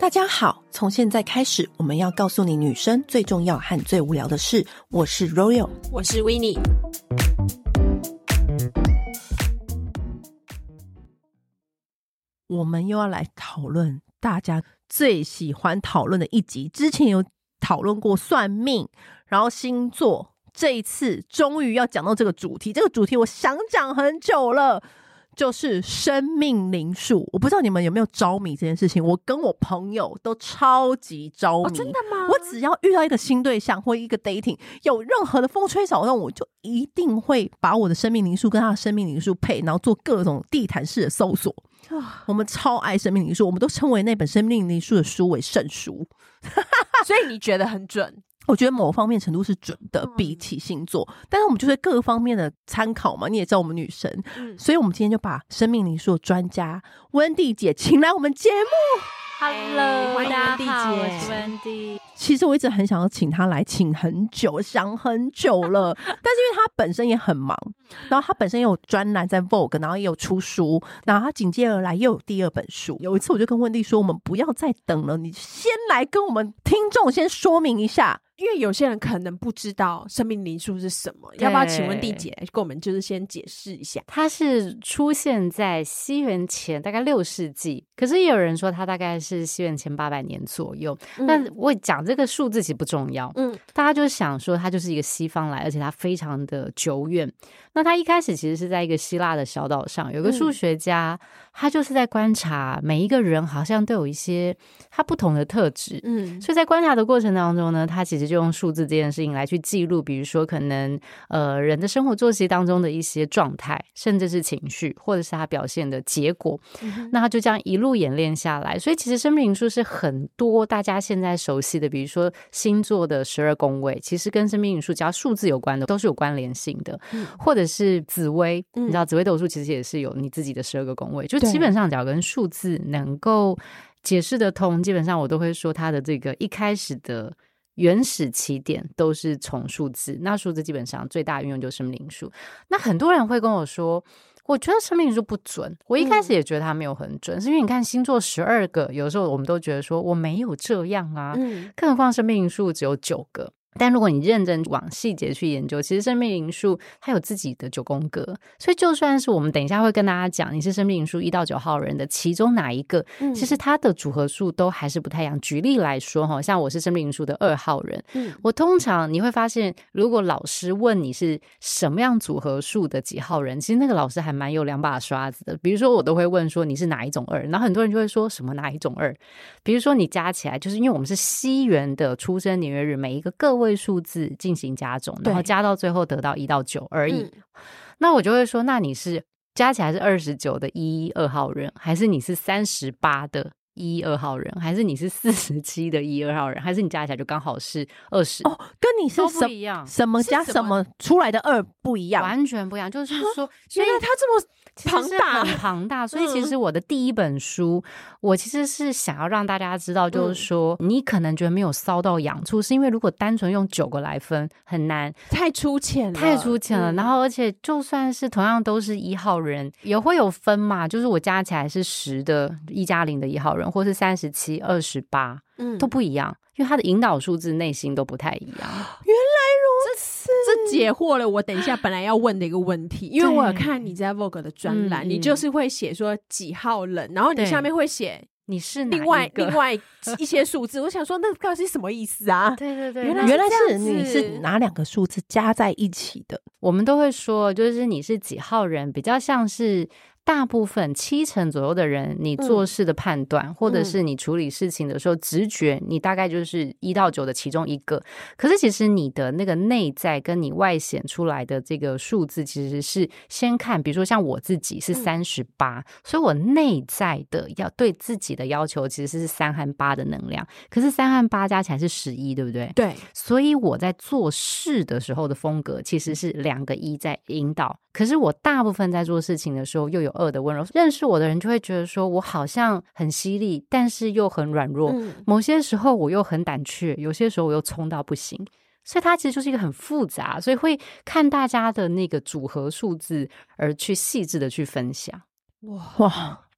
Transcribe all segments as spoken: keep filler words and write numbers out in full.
大家好，从现在开始，我们要告诉你女生最重要和最无聊的事。我是 Royal， 我是 Winnie。 我们又要来讨论大家最喜欢讨论的一集。之前有讨论过算命，然后星座，这一次终于要讲到这个主题。这个主题我想讲很久了，就是生命灵数。我不知道你们有没有着迷这件事情，我跟我朋友都超级着迷。 哦，真的吗？ 我只要遇到一个新对象或一个 dating 有任何的风吹草动，我就一定会把我的生命灵数跟他的生命灵数配，然后做各种地毯式的搜索。我们超爱生命灵数，我们都称为那本生命灵数的书为圣书。 所以你觉得很准？ 我觉得某方面程度是准的，比起星座，嗯、但是我们就是各方面的参考嘛。你也知道我们女生，嗯、所以我们今天就把生命灵数的专家温蒂姐请来我们节目。 Hello， 欢迎温蒂姐， 我是温蒂。 其实我一直很想要请她来，请很久，想很久了。但是因为她本身也很忙，然后她本身也有专栏在 Vogue， 然后也有出书，然后她紧接而来又有第二本书。有一次我就跟温蒂说，我们不要再等了，你先来跟我们听众先说明一下。 因为有些人可能不知道生命灵数是什么，要不要请温蒂姐跟我们就是先解释一下？ 它是出现在西元前大概六世纪，可是也有人说它大概是西元前八百年左右。嗯、但我讲这个数字其实不重要，嗯，大家就想说它就是一个西方来，而且它非常的久远。那它一开始其实是在一个希腊的小岛上，有个数学家，嗯、他就是在观察每一个人好像都有一些他不同的特质，嗯，所以在观察的过程当中呢，他其实就用数字这件事情来去记录，比如说可能呃人的生活作息当中的一些状态，甚至是情绪，或者是他表现的结果，嗯、那他就这样一路演练下来。所以其实生命灵数是很多大家现在熟悉的，比如说星座的十二宫位，其实跟生命灵数只要数字有关的都是有关联性的，嗯、或者是紫微，嗯、你知道紫微斗数其实也是有你自己的十二个宫位，就基本上只要跟数字能够解释得通，基本上我都会说它的这个一开始的原始起点都是从数字，那数字基本上最大的运用就是生命灵数。那很多人会跟我说，我觉得生命灵数不准，我一开始也觉得它没有很准，嗯、是因为你看星座十二个，有时候我们都觉得说我没有这样啊，嗯、更何况生命灵数只有九个。但如果你认真往细节去研究，其实生命灵数它有自己的九宫格，所以就算是我们等一下会跟大家讲你是生命灵数一到九号人的其中哪一个，嗯、其实它的组合数都还是不太一样。举例来说，像我是生命灵数的二号人，嗯、我通常你会发现，如果老师问你是什么样组合数的几号人，其实那个老师还蛮有两把刷子的。比如说我都会问说你是哪一种二，然后很多人就会说什么哪一种二，比如说你加起来，就是因为我们是西元的出生年月日，每一个个位数字进行加总，然后加到最后得到一到九而已。嗯、那我就会说，那你是加起来是二十九的一二号人，还是你是三十八的一二号人，还是你是四十七的一二号人，还是你加起来就刚好是二十？哦， 跟你是不一样， 什么加什么出来的二不一样， 完全不一样。就是说， 原来他这么庞大， 很庞大。所以其实我的第一本书，嗯、我其实是想要让大家知道，就是说，嗯、你可能觉得没有搔到痒处，是因为如果单纯用九个来分很难， 太粗浅了， 太粗浅了。嗯、然后而且就算是同样都是一号人，也会有分嘛，就是我加起来是十的一加零的一号人，或是三十七、二十八，嗯，都不一样，因为它的引导数字内心都不太一样。原来如此， 这解惑了我等一下本来要问的一个问题，因为我有看你在 Vogue 的专栏，嗯、你就是会写说几号人，然后你下面会写你是哪一个另外另外一些数字，我想说那到底是什么意思啊？ 对对对， 原来原来是你是哪两个数字加在一起的？ 我们都会说，就是你是几号人，比较像是大部分七成左右的人，你做事的判断，嗯、或者是你处理事情的时候，直觉，你大概就是一到九的其中一个。可是其实你的那个内在跟你外显出来的这个数字，其实是先看，比如说像我自己是三十八，所以我内在的要对自己的要求其实是三和八的能量。可是三和八加起来是十一，对不对？ 对。 所以我在做事的时候的风格其实是两个一在引导。可是我大部分在做事情的时候又有二的温柔，认识我的人就会觉得说我好像很犀利，但是又很软弱，嗯、某些时候我又很胆怯，有些时候我又冲到不行，所以它其实就是一个很复杂，所以会看大家的那个组合数字而去细致的去分享。 哇哇！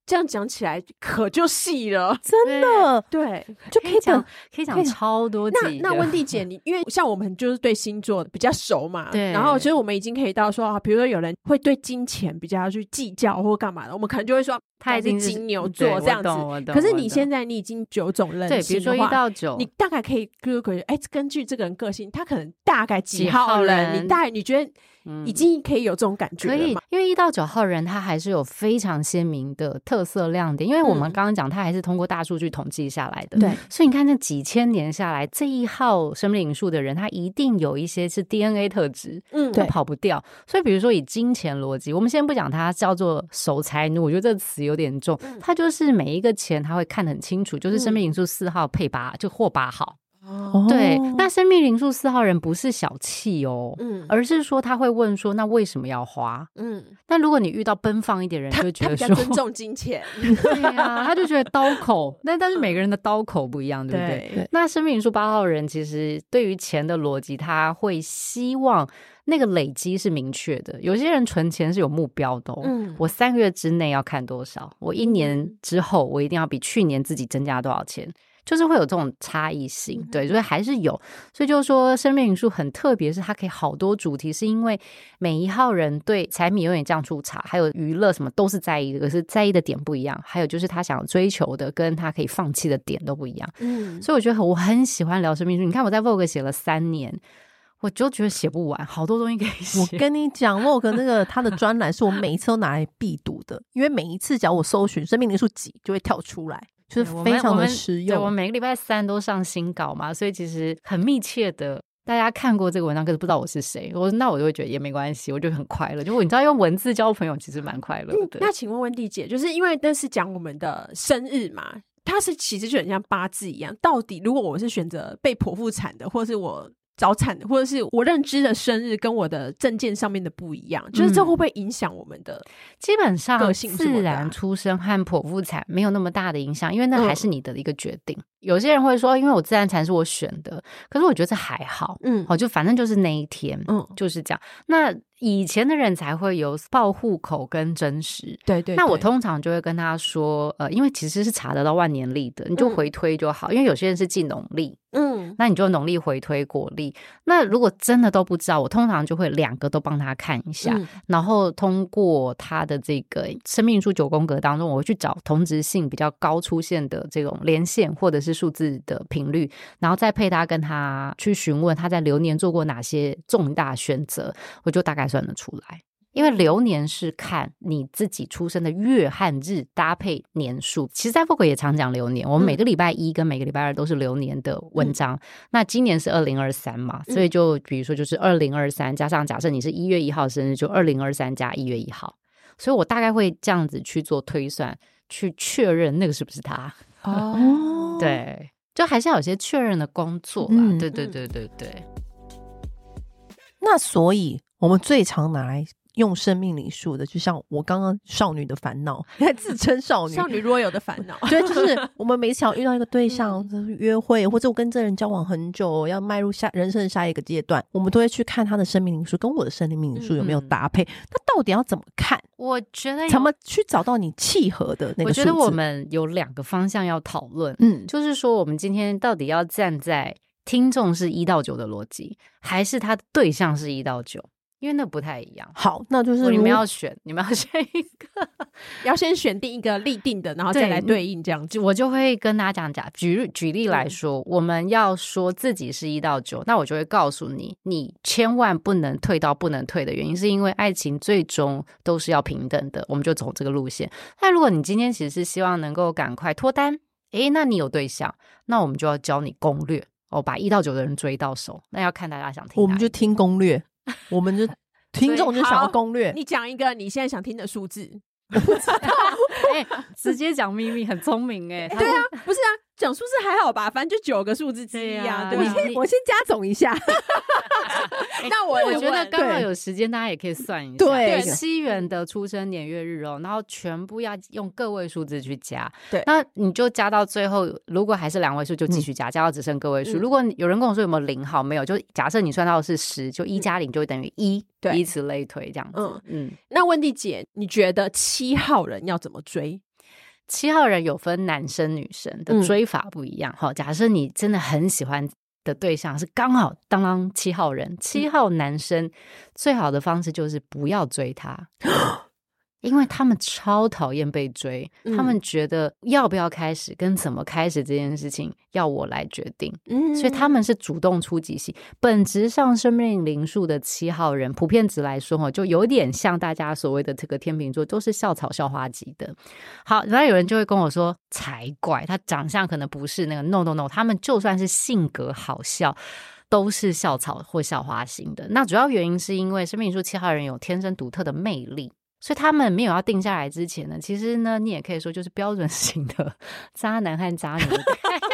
这样讲起来可就细了， 真的， 对， 就可以讲可以讲超多集。 那那温蒂姐，你因为像我们就是对星座比较熟嘛， 对， 然后其实我们已经可以到说，比如说有人会对金钱比较去计较或干嘛的，我们可能就会说他已经是金牛座这样子。可是你现在你已经九种人对，比如说一到九， 你大概可以哎，根据这个人个性，他可能大概几号人，你大概你觉得已经可以有这种感觉了吗？ 可以，因为一到九号人他还是有非常鲜明的特色亮点，因为我们刚刚讲他还是通过大数据统计下来的， 对、嗯， 所以你看这几千年下来，这一号生命灵数的人，他一定有一些是 D N A 特质，嗯，他跑不掉。所以比如说以金钱逻辑，我们先不讲它叫做守财奴，我觉得这个词有点重，嗯、他就是每一个钱他会看得很清楚，就是生命灵数四号配八，就或八号。哦、对，那生命灵数四号人不是小气哦，嗯，而是说他会问说，那为什么要花？嗯，那如果你遇到奔放一点人，就会觉得说他比较尊重金钱， 对啊，他就觉得刀口，但但是每个人的刀口不一样，对不对？对，那生命灵数八号人其实对于钱的逻辑，他会希望那个累积是明确的。有些人存钱是有目标的哦，嗯，我三个月之内要看多少，我一年之后我一定要比去年自己增加多少钱。就是会有这种差异性，对，所以还是有，所以就是说生命灵数很特别，是它可以好多主题，是因为每一号人对柴米油盐酱醋茶还有娱乐什么都是在意的，可是在意的点不一样，还有就是他想追求的跟他可以放弃的点都不一样，嗯，所以我觉得我很喜欢聊生命灵数。你看我在 Vogue 写了三年，我就觉得写不完，好多东西可以写。 我跟你讲 Vogue 那个他的专栏是我每一次都拿来必读的，因为每一次只要我搜寻生命灵数几就会跳出来，就是非常的实用。 我 们, 我, 们我每个礼拜三都上新稿嘛，所以其实很密切的大家看过这个文章可是不知道我是谁，我那我就会觉得也没关系，我就很快乐，就你知道用文字交朋友其实蛮快乐的、嗯、 那请问温蒂姐，就是因为那是讲我们的生日嘛，它是其实就很像八字一样，到底如果我是选择被剖腹产的，或是我早产的，或者是我认知的生日跟我的证件上面的不一样，就是这会不会影响我们的个性？ 基本上自然出生和剖腹产没有那么大的影响，因为那还是你的一个决定、嗯、有些人会说因为我自然产是我选的，可是我觉得这还好，嗯，好，就反正就是那一天，嗯，就是这样。那以前的人才会有报户口跟真实， 对 对, 对。 那我通常就会跟他说，呃，因为其实是查得到万年历的，你就回推就好，嗯、因为有些人是记农历，嗯，那你就农历回推国历。那如果真的都不知道，我通常就会两个都帮他看一下，嗯、然后通过他的这个生命灵数九宫格当中，我会去找同质性比较高出现的这种连线或者是数字的频率，然后再配他跟他去询问他在流年做过哪些重大选择，我就大概算得出来。因为流年是看你自己出生的月和日搭配年数，其实在 Vogue 也常讲流年，我们每个礼拜一跟每个礼拜二都是流年的文章、嗯、那今年是二零二三嘛，所以就比如说就是二零二三加上假设你是一月一号生日，就二零二三加一月一号，所以我大概会这样子去做推算，去确认那个是不是他哦，对，就还是要有些确认的工作啦、嗯、对对对对对。 那所以我们最常拿来用生命灵数的，就像我刚刚少女的烦恼，自称少女少女若有的烦恼对，就是我们每次要遇到一个对象、嗯、约会，或者我跟这人交往很久，要迈入下人生的下一个阶段，我们都会去看他的生命灵数跟我的生命灵数有没有搭配、嗯、那到底要怎么看？ 我觉得怎么去找到你契合的那个数字？ 我觉得我们有两个方向要讨论，嗯，就是说我们今天到底要站在听众是一到九的逻辑，还是他的对象是一到九？因为那不太一样。 好，那就是你们要选，你们要选一个， 要先选定一个立定的，然后再来对应这样子。 我就会跟大家讲，举举例来说、嗯，我们要说自己是一到九，那我就会告诉你，你千万不能退到不能退的原因，是因为爱情最终都是要平等的，我们就走这个路线。那如果你今天其实是希望能够赶快脱单，诶，那你有对象，那我们就要教你攻略哦，把一到九的人追到手。那要看大家想听哪一个， 我们就听攻略。我们就听众就想要攻略， 你讲一个你现在想听的数字。 我不知道欸、直接讲秘密很聪明哎、欸。 对啊，不是啊，讲数字还好吧，反正就九个数字之一啊。对啊， 我先我先加总一下。 那我我觉得刚好有时间，大家也可以算一下。对，西元的出生年月日哦，然后全部要用个位数字去加。对，那你就加到最后，如果还是两位数就继续加，嗯、加到只剩个位数。嗯、如果有人跟我说有没有零号，没有，就假设你算到的是十，就一加零就会等于一。对，以此类推这样子。嗯嗯。那温蒂姐，你觉得七号人要怎么追？ 七号人有分男生女生的追法不一样、嗯、假设你真的很喜欢的对象是刚好当当七号人，七号男生、嗯、最好的方式就是不要追他因为他们超讨厌被追、嗯、他们觉得要不要开始跟怎么开始这件事情要我来决定、嗯、所以他们是主动出击型。本质上生命灵数的七号人普遍值来说就有点像大家所谓的这个天秤座，都是校草校花级的。好，然后有人就会跟我说才怪，他长相可能不是那个 no no no， 他们就算是性格好笑都是校草或校花型的。那主要原因是因为生命灵数七号人有天生独特的魅力，所以他们没有要定下来之前呢，其实呢你也可以说就是标准型的渣男和渣女的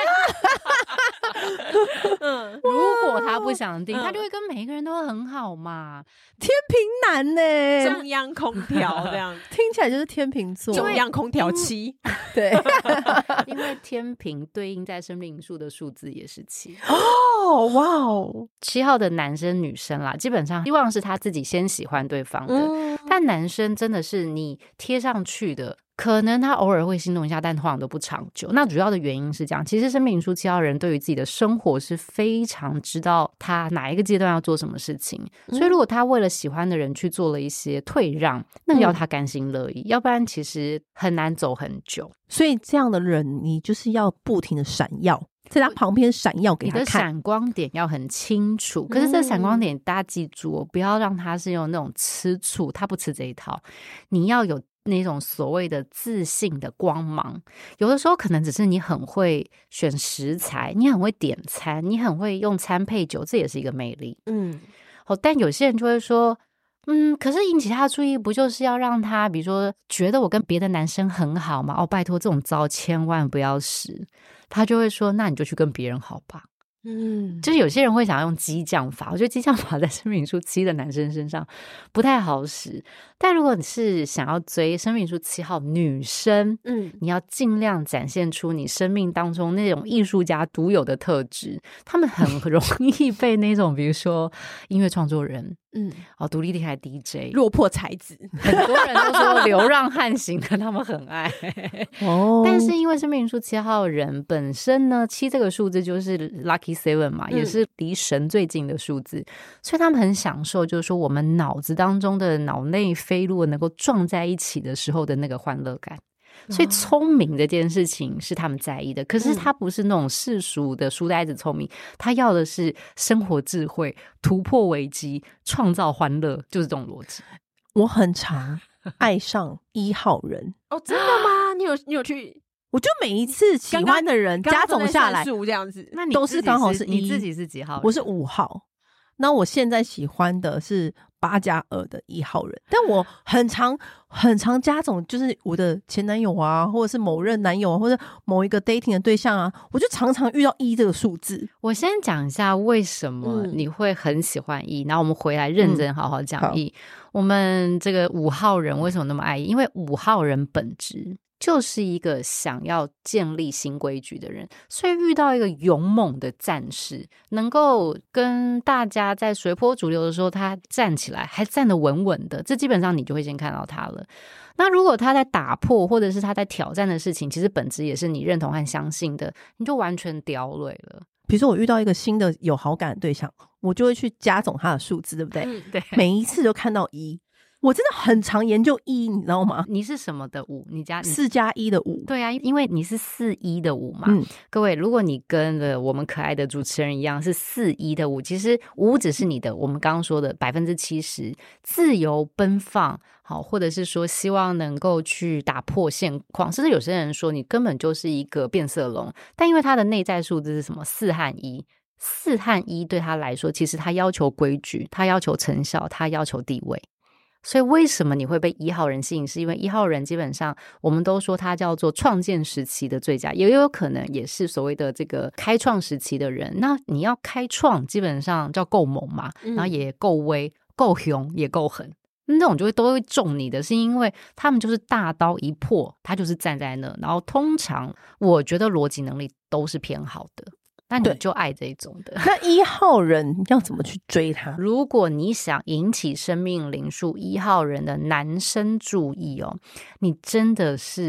嗯，如果他不想定、嗯、他就会跟每一个人都很好嘛。 天秤男呢， 中央空调这样听起来就是天秤座， 中央空调七对因为天秤对应在生命灵数的数字也是七哦，哇哦， 七号的男生女生啦，基本上希望是他自己先喜欢对方的、嗯、但男生真的是你贴上去的，可能他偶尔会心动一下，但通常都不长久。那主要的原因是这样，其实生命灵数七号人对于自己的生活是非常知道他哪一个阶段要做什么事情、嗯、所以如果他为了喜欢的人去做了一些退让，那个要他甘心乐意、嗯、要不然其实很难走很久。 所以这样的人你就是要不停的闪耀，在他旁边闪耀给他看， 你的闪光点要很清楚。可是这闪光点大家记住、哦、不要让他是用那种吃醋，他不吃这一套。你要有那种所谓的自信的光芒，有的时候可能只是你很会选食材，你很会点餐，你很会用餐配酒，这也是一个魅力。嗯，哦，但有些人就会说嗯，可是引起他的注意不就是要让他比如说觉得我跟别的男生很好吗？哦，拜托这种招千万不要使。他就会说那你就去跟别人好吧。嗯，就是有些人会想要用激将法，我觉得激将法在生命灵数七的男生身上不太好使，但如果你是想要追生命灵数七号女生，嗯，你要尽量展现出你生命当中那种艺术家独有的特质。他们很容易被那种比如说音乐创作人，嗯，哦，独立厉害 D J 落魄才子， 很多人都说流浪汉型的他们很爱哦，但是因为生命灵数七号人本身呢，七这个数字就是 lucky seven 嘛、嗯、也是离神最近的数字，所以他们很享受就是说我们脑子当中的脑内飞路能够撞在一起的时候的那个欢乐感。所以聪明这件事情是他们在意的，可是他不是那种世俗的书呆子聪明，他要的是生活智慧，突破危机，创造欢乐，就是这种逻辑。 我很常爱上一号人哦，真的吗？你有你有去？ 我就每一次喜欢的人刚刚加总下来这样子， 那你都是刚好是一， 你自己是几号人？ 我是五号。那我现在喜欢的是八加二的一号人，但我很常很常加总，就是我的前男友啊，或者是某任男友啊，或者某一个 dating 的对象啊，我就常常遇到一这个数字。 我先讲一下为什么你会很喜欢一、嗯、然后我们回来认真好好讲一、嗯、我们这个五号人为什么那么爱一？因为五号人本质就是一个想要建立新规矩的人，所以遇到一个勇猛的战士，能够跟大家在随波逐流的时候他站起来还站得稳稳的，这基本上你就会先看到他了。那如果他在打破或者是他在挑战的事情其实本质也是你认同和相信的，你就完全掉泪了。 比如说我遇到一个新的有好感的对象，我就会去加总他的数字，对不对？嗯，对，每一次都看到一。我真的很常研究一，你知道吗？ 你是什么的五？你加四加一的五。 对啊，因为你是四一的五嘛、嗯。各位，如果你跟了我们可爱的主持人一样是四一的五，其实五只是你的，我们刚刚说的百分之七十自由奔放，好，或者是说希望能够去打破现况，甚至有些人说你根本就是一个变色龙，但因为他的内在数字是什么？四和一。四和一对他来说，其实他要求规矩，他要求成效，他要求地位。所以为什么你会被一号人吸引？是因为一号人基本上我们都说他叫做创建时期的最佳，也有可能也是所谓的这个开创时期的人。那你要开创基本上叫够猛嘛，然后也够威够凶也够狠，那种就会都会中你的，是因为他们就是大刀一破，他就是站在那，然后通常我觉得逻辑能力都是偏好的，那你就爱这种的。 那一号人要怎么去追他？ 如果你想引起生命灵数一号人的男生注意哦，你真的是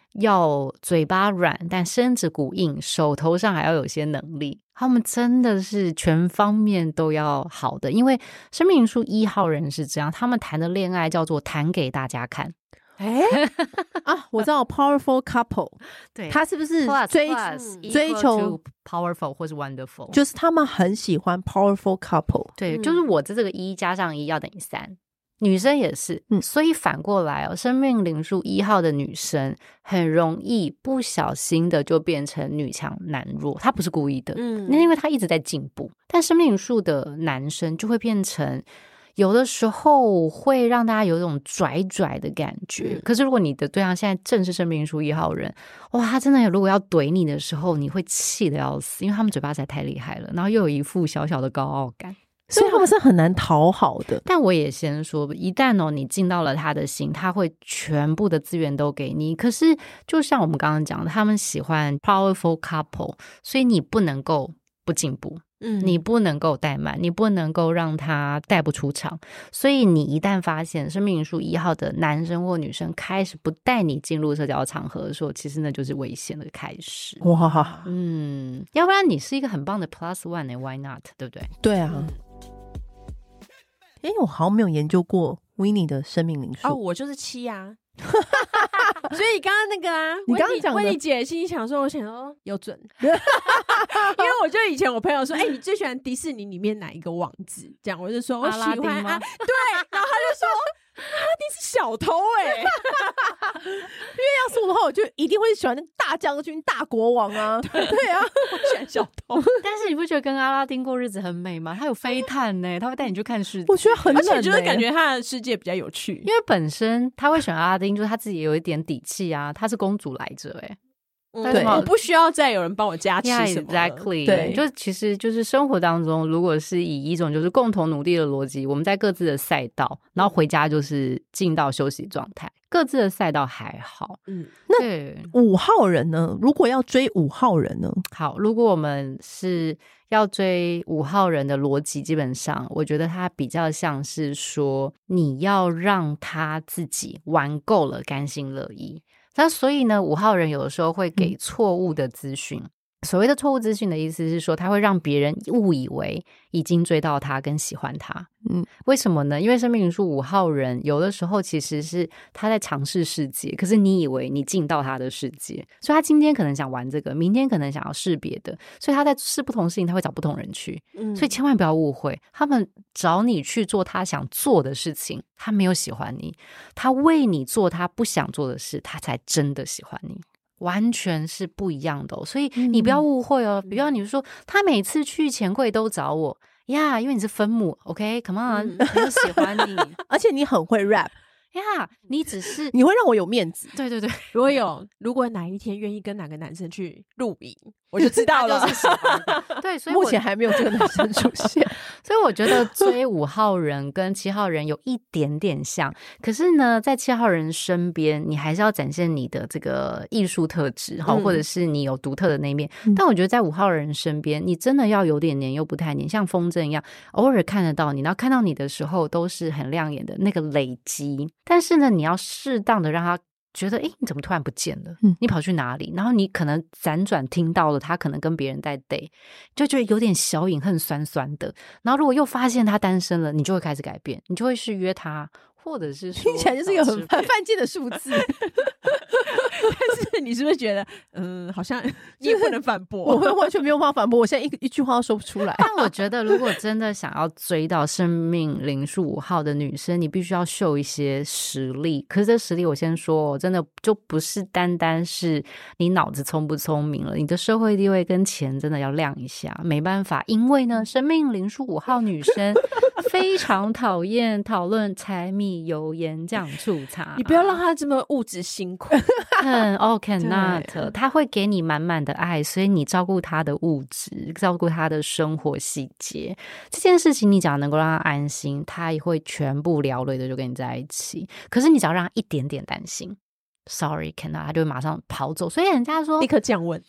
要嘴巴软但身子骨硬，手头上还要有些能力，他们真的是全方面都要好的。因为生命灵数一号人是这样，他们谈的恋爱叫做谈给大家看。 哎啊，我知道 powerful couple， 对，他是不是追 plus 追求 powerful 或是 wonderful， 就是他们很喜欢 powerful couple。 对、嗯、就是我的这个一加上一要等于三，女生也是、嗯、所以反过来哦，生命灵数一号的女生很容易不小心的就变成女强男弱，她不是故意的，嗯，那因为她一直在进步。但生命灵数的男生就会变成有的时候会让大家有一种拽拽的感觉、嗯、可是如果你的对象现在正是生命灵数一号人，哇，他真的如果要怼你的时候，你会气得要死，因为他们嘴巴实在太厉害了，然后又有一副小小的高傲感， 所以他们是很难讨好的。 但我也先说，一旦哦你进到了他的心，他会全部的资源都给你。可是就像我们刚刚讲的，他们喜欢 powerful couple， 所以你不能够不进步，嗯，你不能够怠慢，你不能够让他带不出场。所以你一旦发现生命灵数一号的男生或女生开始不带你进入社交场合的时候，其实那就是危险的开始。 哇， 嗯，要不然你是一个很棒的 plus one 欸 why not， 对不对？ 对啊。嗯，哎，我好像没有研究过 Winnie 的生命灵数。 哦，我就是七啊。所以刚刚那个啊， 你刚刚讲的 Winnie姐心里想说，我想说有准。因为我就以前我朋友说，哎、欸，你最喜欢迪士尼里面哪一个王子？这样我就说我喜欢啊，对，然后他就说阿拉丁是小偷哎、欸。 因为要是我的话，我就一定会喜欢那个大将军、大国王啊。对, 对啊， 我喜欢小偷。 但是你不觉得跟阿拉丁过日子很美吗？他有飞毯呢，他会带你去看世界。 我觉得很冷、欸， 而且就是感觉他的世界比较有趣。 因为本身他会选阿拉丁，就是他自己也有一点底气啊，他是公主来着哎、欸。 对，我不需要再有人帮我加持什么。 Yeah, exactly。 对， 就其实就是生活当中，如果是以一种就是共同努力的逻辑，我们在各自的赛道，然后回家就是进到休息状态，各自的赛道还好。嗯， 那五号人呢？如果要追五号人呢？ 好，如果我们是要追五号人的逻辑，基本上我觉得他比较像是说，你要让他自己玩够了，甘心乐意。那所以呢，五号人有的时候会给错误的资讯、嗯、所谓的错误资讯的意思是说，他会让别人误以为已经追到他跟喜欢他。嗯，为什么呢？因为生命灵数五号人有的时候其实是他在尝试世界，可是你以为你进到他的世界，所以他今天可能想玩这个，明天可能想要试别的，所以他在试不同事情，他会找不同人去。嗯，所以千万不要误会，他们找你去做他想做的事情，他没有喜欢你，他为你做他不想做的事，他才真的喜欢你，完全是不一样的哦。所以你不要误会哦，嗯、不要你说他每次去钱柜都找我呀， yeah, 因为你是分母 OK come on、嗯、没有喜欢你而且你很会 rap 呀、yeah, 你只是你会让我有面子。 对对对， 如果有如果哪一天愿意跟哪个男生去露营，我就知道了就是喜欢对，所以目前还没有这个男生出现所以我觉得追五号人跟七号人有一点点像，可是呢在七号人身边你还是要展现你的这个艺术特质、嗯、或者是你有独特的那一面、嗯、但我觉得在五号人身边你真的要有点黏又不太黏，像风筝一样偶尔看得到你，然后看到你的时候都是很亮眼的那个累积，但是呢你要适当的让他觉得诶你怎么突然不见了、嗯、你跑去哪里，然后你可能辗转听到了他可能跟别人在 date， 就觉得有点小隐恨酸酸的，然后如果又发现他单身了，你就会开始改变，你就会去约他，或者是说听起来就是一个很犯贱的数字但是你是不是觉得嗯，好像你也不能反驳我会完全没有办法反驳，我现在 一, 一句话都说不出来但我觉得如果真的想要追到生命灵数五号的女生，你必须要秀一些实力，可是这实力我先说真的就不是单单是你脑子聪不聪明了，你的社会地位跟钱真的要亮一下，没办法，因为呢生命灵数五号女生非常讨厌讨论柴米油盐酱醋茶你不要让她这么物质辛苦嗯 oh cannot 他会给你满满的爱，所以你照顾他的物质，照顾他的生活细节，这件事情你只要能够让他安心，他也会全部了了的就跟你在一起，可是你只要让他一点点担心 sorry cannot 他就会马上跑走，所以人家说立刻降温这样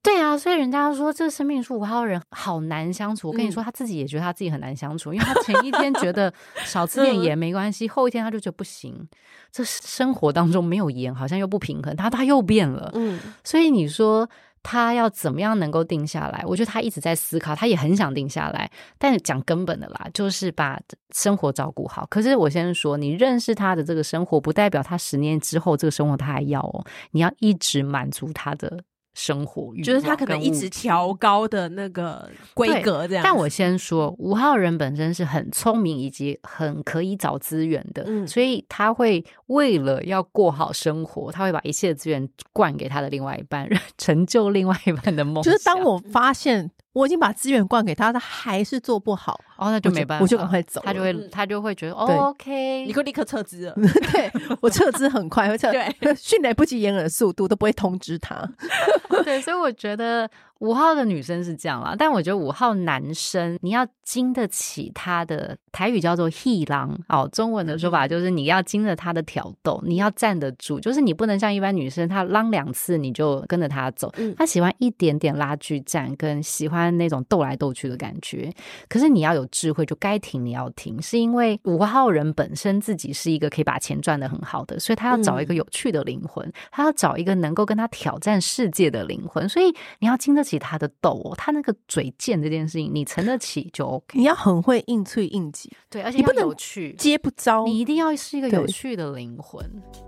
对啊，所以人家说这生命灵数五号人好难相处。我跟你说，他自己也觉得他自己很难相处，因为他前一天觉得少吃点盐没关系，后一天他就觉得不行，这生活当中没有盐好像又不平衡，他他又变了。嗯，所以你说他要怎么样能够定下来？我觉得他一直在思考，他也很想定下来，但讲根本的啦，就是把生活照顾好。可是我先说，你认识他的这个生活，不代表他十年之后这个生活他还要哦，你要一直满足他的生活欲望， 就是他可能一直调高的那个规格这样。 但我先说，五号人本身是很聪明以及很可以找资源的、嗯、所以他会为了要过好生活，他会把一切的资源灌给他的另外一半，成就另外一半的梦想。 就是当我发现我已经把资源灌给他，他还是做不好， 哦，那就没办法， 我就赶快走了。 他就会他就会觉得、哦、OK， 你会立刻撤资了。 对，我撤资很快，会撤，对，迅雷不及掩耳的速度都不会通知他。 对，所以我觉得五号的女生是这样啦，但我觉得五号男生你要经得起他的，台语叫做戏郎哦，中文的说法就是你要经得他的挑逗，你要站得住，就是你不能像一般女生，她浪两次你就跟着他走，她喜欢一点点拉锯战，跟喜欢那种斗来斗去的感觉。可是你要有智慧，就该停你要停，是因为五号人本身自己是一个可以把钱赚得很好的，所以他要找一个有趣的灵魂、嗯、他要找一个能够跟他挑战世界的灵魂，所以你要经得起他的斗、哦、他那个嘴贱这件事情你承得起就 OK。 你要很会应脆应急， 对，而且要有趣， 接不着， 你一定要是一个有趣的灵魂。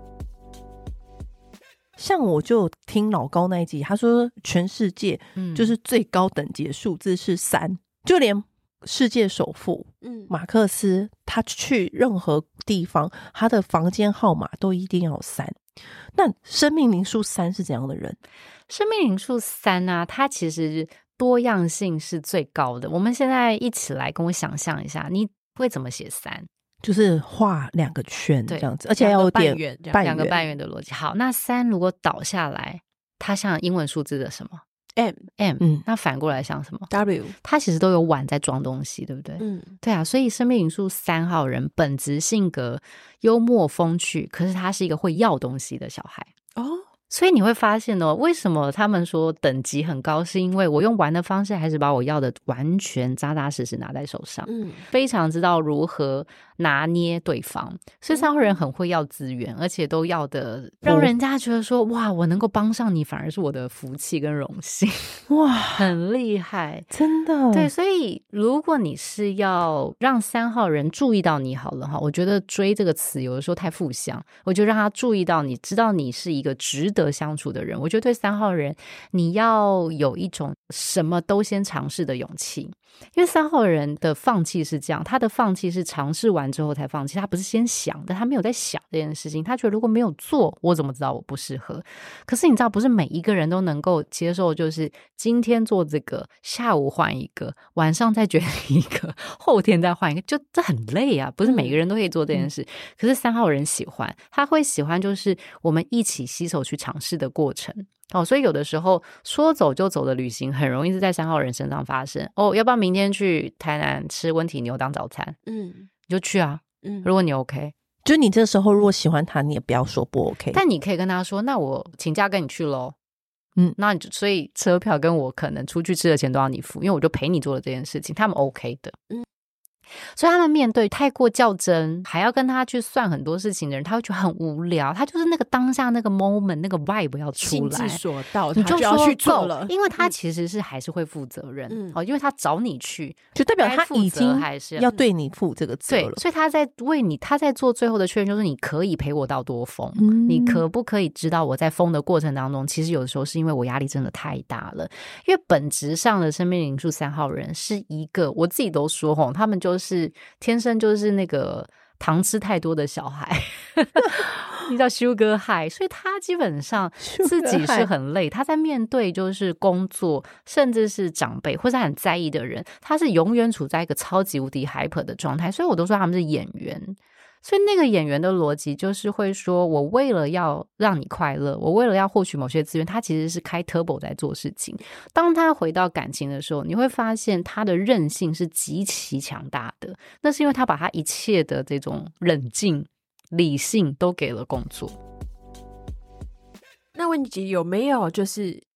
像我就听老高那一集，他说全世界就是最高等级的数字是三、嗯、就连世界首富嗯，马克思他去任何地方他的房间号码都一定要有三。那生命灵数三是怎样的人？ 生命灵数三啊，它其实多样性是最高的。我们现在一起来跟我想象一下，你会怎么写三？ 就是画两个圈这样子，而且要有点两个半圆的逻辑。好，那三如果倒下来，它像英文数字的什么 ？M M， 嗯，那反过来像什么 ？W， 它其实都有碗在装东西，对不对？嗯，对啊，所以生命灵数三号人本质性格幽默风趣，可是他是一个会要东西的小孩哦。所以你会发现哦，为什么他们说等级很高，是因为我用玩的方式还是把我要的完全扎扎实实拿在手上，嗯，非常知道如何拿捏对方。所以三号人很会要资源，而且都要的让人家觉得说哇，我能够帮上你反而是我的福气跟荣幸，哇，很厉害， 真的。 对，所以如果你是要让三号人注意到你好了哈，我觉得追这个词有的时候太负向，我就让他注意到你，知道你是一个值得相处的人。我觉得对三号人你要有一种什么都先尝试的勇气，因为三号人的放弃是这样，他的放弃是尝试完之后才放弃，他不是先想的，他没有在想这件事情，他觉得如果没有做我怎么知道我不适合。可是你知道不是每一个人都能够接受，就是今天做这个，下午换一个，晚上再决定一个，后天再换一个，就这很累啊，不是每个人都可以做这件事、嗯、可是三号人喜欢，他会喜欢就是我们一起携手去尝试的过程哦，所以有的时候说走就走的旅行很容易是在三号人身上发生哦。要不要明天去台南吃温体牛当早餐？嗯，你就去啊。嗯，如果你 OK， 就你这时候如果喜欢他，你也不要说不 OK， 但你可以跟他说，那我请假跟你去咯。嗯，那你就所以车票跟我可能出去吃的钱都要你付，因为我就陪你做了这件事情，他们 OK 的。嗯。所以他们面对太过较真还要跟他去算很多事情的人，他会觉得很无聊，他就是那个当下那个 moment 那个 vibe 要出来， 兴致所到你就就要去做了， 因为他其实是还是会负责任、嗯哦、因为他找你去就代表他已经要对你负这个责了， 对，所以他在为你他在做最后的确认，就是你可以陪我到多疯、嗯、你可不可以知道我在疯的过程当中其实有的时候是因为我压力真的太大了。因为本质上的生命灵数三号人是一个，我自己都说吼，他们就是天生就是那个糖吃太多的小孩你叫 sugar high， 所以他基本上自己是很累，他在面对就是工作甚至是长辈或是很在意的人，他是永远处在一个超级无敌 hyper 的状态，所以我都说他们是演员。所以那个演员的逻辑就是会说，我为了要让你快乐，我为了要获取某些资源，他其实是开 turbo 在做事情。当他回到感情的时候，你会发现他的韧性是极其强大的，那是因为他把他一切的这种冷静理性都给了工作。 那问题有没有就是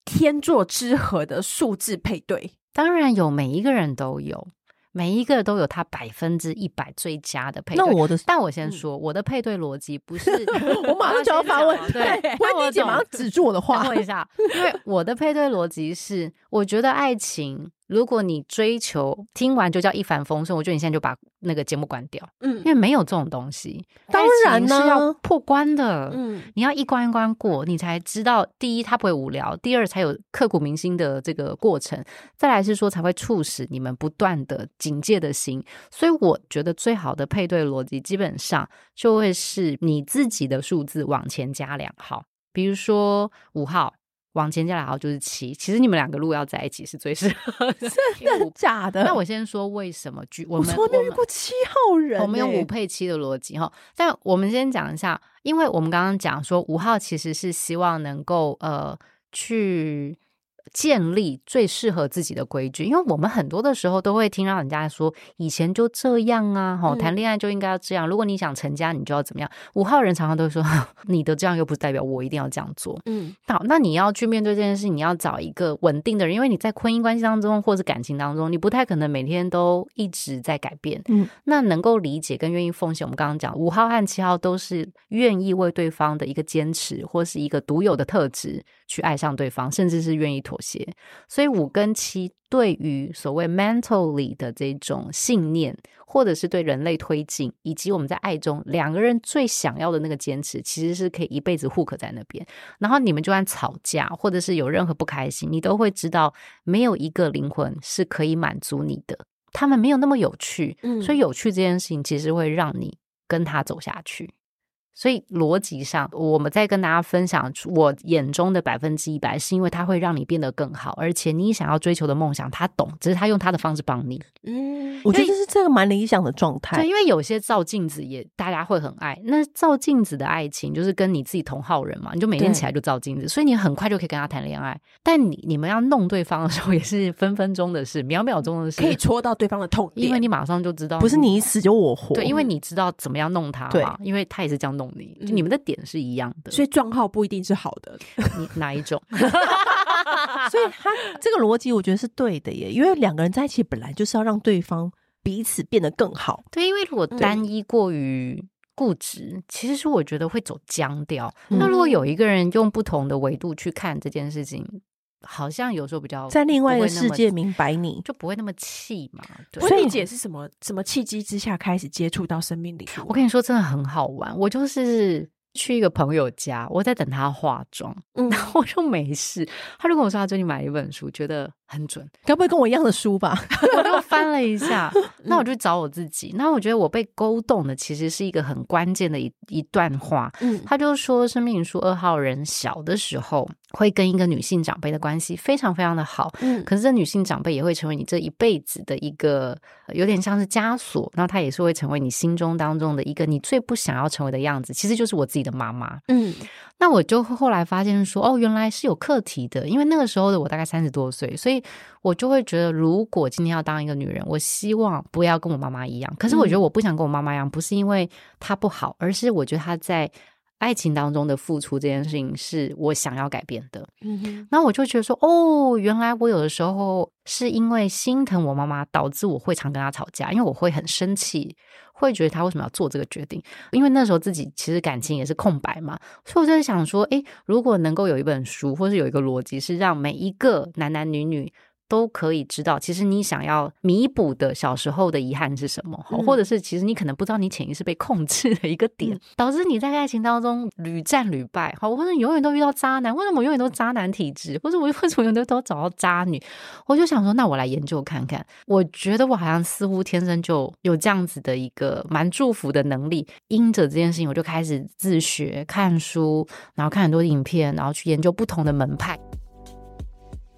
天作之合的数字配对？ 当然有，每一个人都有，每一个都有他百分之一百最佳的配对。 那我的， 但我先说，嗯、我的配对逻辑不是我马上就要发问， 对， 温妮姐马上止住我的话。 等我一下，因为我的配对逻辑是，我觉得爱情，如果你追求听完就叫一帆风顺，我觉得你现在就把那个节目关掉，嗯，因为没有这种东西。 当然呢， 是要破关的，嗯，你要一关一关过，你才知道，第一它不会无聊，第二才有刻骨铭心的这个过程，再来是说才会促使你们不断的警戒的心。所以我觉得最好的配对逻辑基本上就会是你自己的数字往前加两号，比如说五号往前加两号就是七，其实你们两个如果要在一起是最适合的。 真的假的？ 那我先说为什么我们我从来没有遇过七号人、欸、 我们用五配七的逻辑齁，但我们先讲一下，因为我们刚刚讲说五号其实是希望能够呃去建立最适合自己的规矩，因为我们很多的时候都会听到人家说以前就这样啊，齁，谈恋爱就应该要这样，如果你想成家你就要怎么样。五号人常常都会说你的这样又不代表我一定要这样做。嗯，好，那你要去面对这件事，你要找一个稳定的人，因为你在婚姻关系当中或是感情当中，你不太可能每天都一直在改变。嗯，那能够理解跟愿意奉献，我们刚刚讲五号和七号都是愿意为对方的一个坚持或是一个独有的特质去爱上对方，甚至是愿意妥协。所以五跟七对于所谓 mentally 的这种信念，或者是对人类推进，以及我们在爱中两个人最想要的那个坚持，其实是可以一辈子 hook 在那边。然后你们就算吵架或者是有任何不开心，你都会知道没有一个灵魂是可以满足你的，他们没有那么有趣、嗯、所以有趣这件事情其实会让你跟他走下去。所以逻辑上我们在跟大家分享我眼中的百分之一百，是因为它会让你变得更好，而且你想要追求的梦想他懂，只是他用他的方式帮你。 嗯，我觉得这是这个蛮理想的状态。 对，因为有些照镜子也大家会很爱，那照镜子的爱情就是跟你自己同号人嘛，你就每天起来就照镜子，所以你很快就可以跟他谈恋爱。但你你们要弄对方的时候也是分分钟的事，秒秒钟的事， 可以戳到对方的痛点， 因为你马上就知道不是你一死就我活。 对，因为你知道怎么样弄他嘛，因为他也是这样弄你，就你们的点是一样的、 嗯、所以撞号不一定是好的。 你哪一种？ 所以他这个逻辑我觉得是对的耶，因为两个人在一起本来就是要让对方彼此变得更好。 对，因为如果单一过于固执，其实是我觉得会走僵掉、嗯、那如果有一个人用不同的维度去看这件事情，好像有时候比较在另外一个世界明白你， 就不会那么气嘛。对， 所以姐是什么什么契机之下开始接触到生命灵数？ 我跟你说真的很好玩，我就是去一个朋友家，我在等他化妆、嗯、然后我就没事，他就跟我说他最近买了一本书，觉得很准， 该不会跟我一样的书吧？ 我就翻了一下，那我就找我自己，那我觉得我被勾动的其实是一个很关键的 一, 一段话、嗯、他就说生命灵数二号人小的时候会跟一个女性长辈的关系非常非常的好、嗯、可是这女性长辈也会成为你这一辈子的一个有点像是枷锁，然后她也是会成为你心中当中的一个你最不想要成为的样子，其实就是我自己的妈妈。嗯，那我就后来发现说哦，原来是有课题的，因为那个时候的我大概三十多岁，所以我就会觉得如果今天要当一个女人，我希望不要跟我妈妈一样，可是我觉得我不想跟我妈妈一样、嗯、不是因为她不好，而是我觉得她在爱情当中的付出这件事情是我想要改变的。嗯哼，然后我就觉得说哦，原来我有的时候是因为心疼我妈妈导致我会常跟她吵架，因为我会很生气，会觉得她为什么要做这个决定，因为那时候自己其实感情也是空白嘛，所以我就在想说诶，如果能够有一本书或是有一个逻辑是让每一个男男女女都可以知道其实你想要弥补的小时候的遗憾是什么、嗯、或者是其实你可能不知道你潜意识被控制的一个点、嗯、导致你在爱情当中屡战屡败，或者你永远都遇到渣男，为什么我永远都渣男体质，或者我为什么永远都找到渣女，我就想说那我来研究看看，我觉得我好像似乎天生就有这样子的一个蛮祝福的能力，因着这件事情我就开始自学看书，然后看很多影片，然后去研究不同的门派。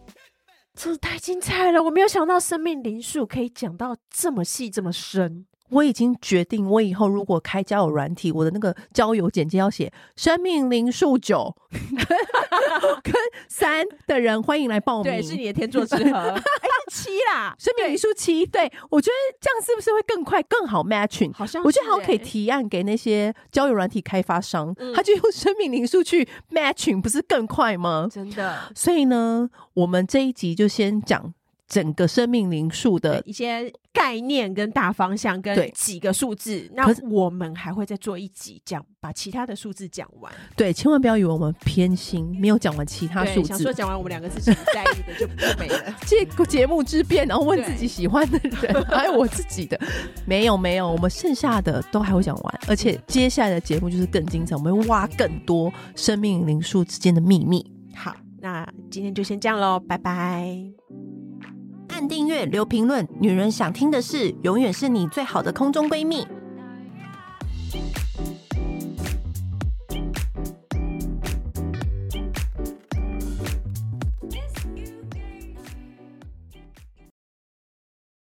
这太精彩了，我没有想到生命灵数可以讲到这么细这么深。 我已经决定，我以后如果开交友软体，我的那个交友简介要写生命灵数九跟三的人欢迎来报名。 对，是你的天作之合。哎、是七啦， 生命灵数七。对，我觉得这样是不是会更快、更好 matching？ 好像是、欸、 我觉得好像可以提案给那些交友软体开发商，嗯、他就用生命灵数去 matching， 不是更快吗？ 真的。 所以呢，我们这一集就先讲整个生命灵数的一些概念跟大方向跟几个数字，那我们还会再做一集讲，把其他的数字讲完。 对，千万不要以为我们偏心，没有讲完其他数字。 想说讲完我们两个自己在意的就就没了。 借节目之便，然后问自己喜欢的人，还有我自己的，没有没有，我们剩下的都还会讲完，而且接下来的节目就是更精彩，我们会挖更多生命灵数之间的秘密。 好，那今天就先这样咯，拜拜。 按订阅，留评论，女人想听的事，永远是你最好的空中闺蜜。